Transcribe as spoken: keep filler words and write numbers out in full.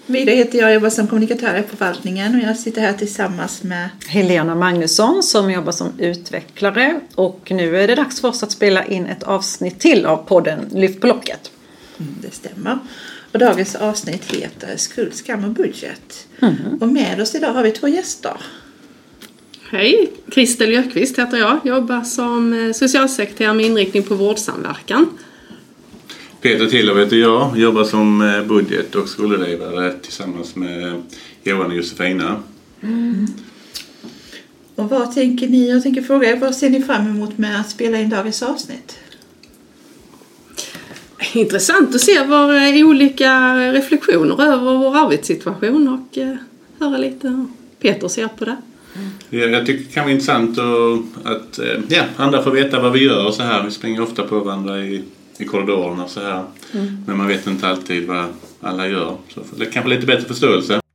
Vida heter jag, jobbar som kommunikatör i förvaltningen och jag sitter här tillsammans med Helena Magnusson som jobbar som utvecklare, och nu är det dags för oss att spela in ett avsnitt till av podden Lyft på locket. Mm, det stämmer. Och dagens avsnitt heter Skuld, skam och budget. Mm. Och med oss idag har vi två gäster. Hej, Kristel Jökvist heter jag. Jobbar som socialsekreterare med inriktning på vårdsamverkan. Peter Tillov heter jag. Jobbar som budget- och skolledare tillsammans med Johan och Josefina. Mm. Och vad tänker ni? Jag tänker fråga er, vad ser ni fram emot med att spela in dagens avsnitt? Intressant att se våra olika reflektioner över vår arbetssituation och höra lite hur Peter ser på det. Ja, jag tycker det kan vara intressant att ja, andra får veta vad vi gör och så här. Vi springer ofta på varandra i, i korridorerna och så här. Mm. Men man vet inte alltid vad alla gör. Så det kan få lite bättre förståelse.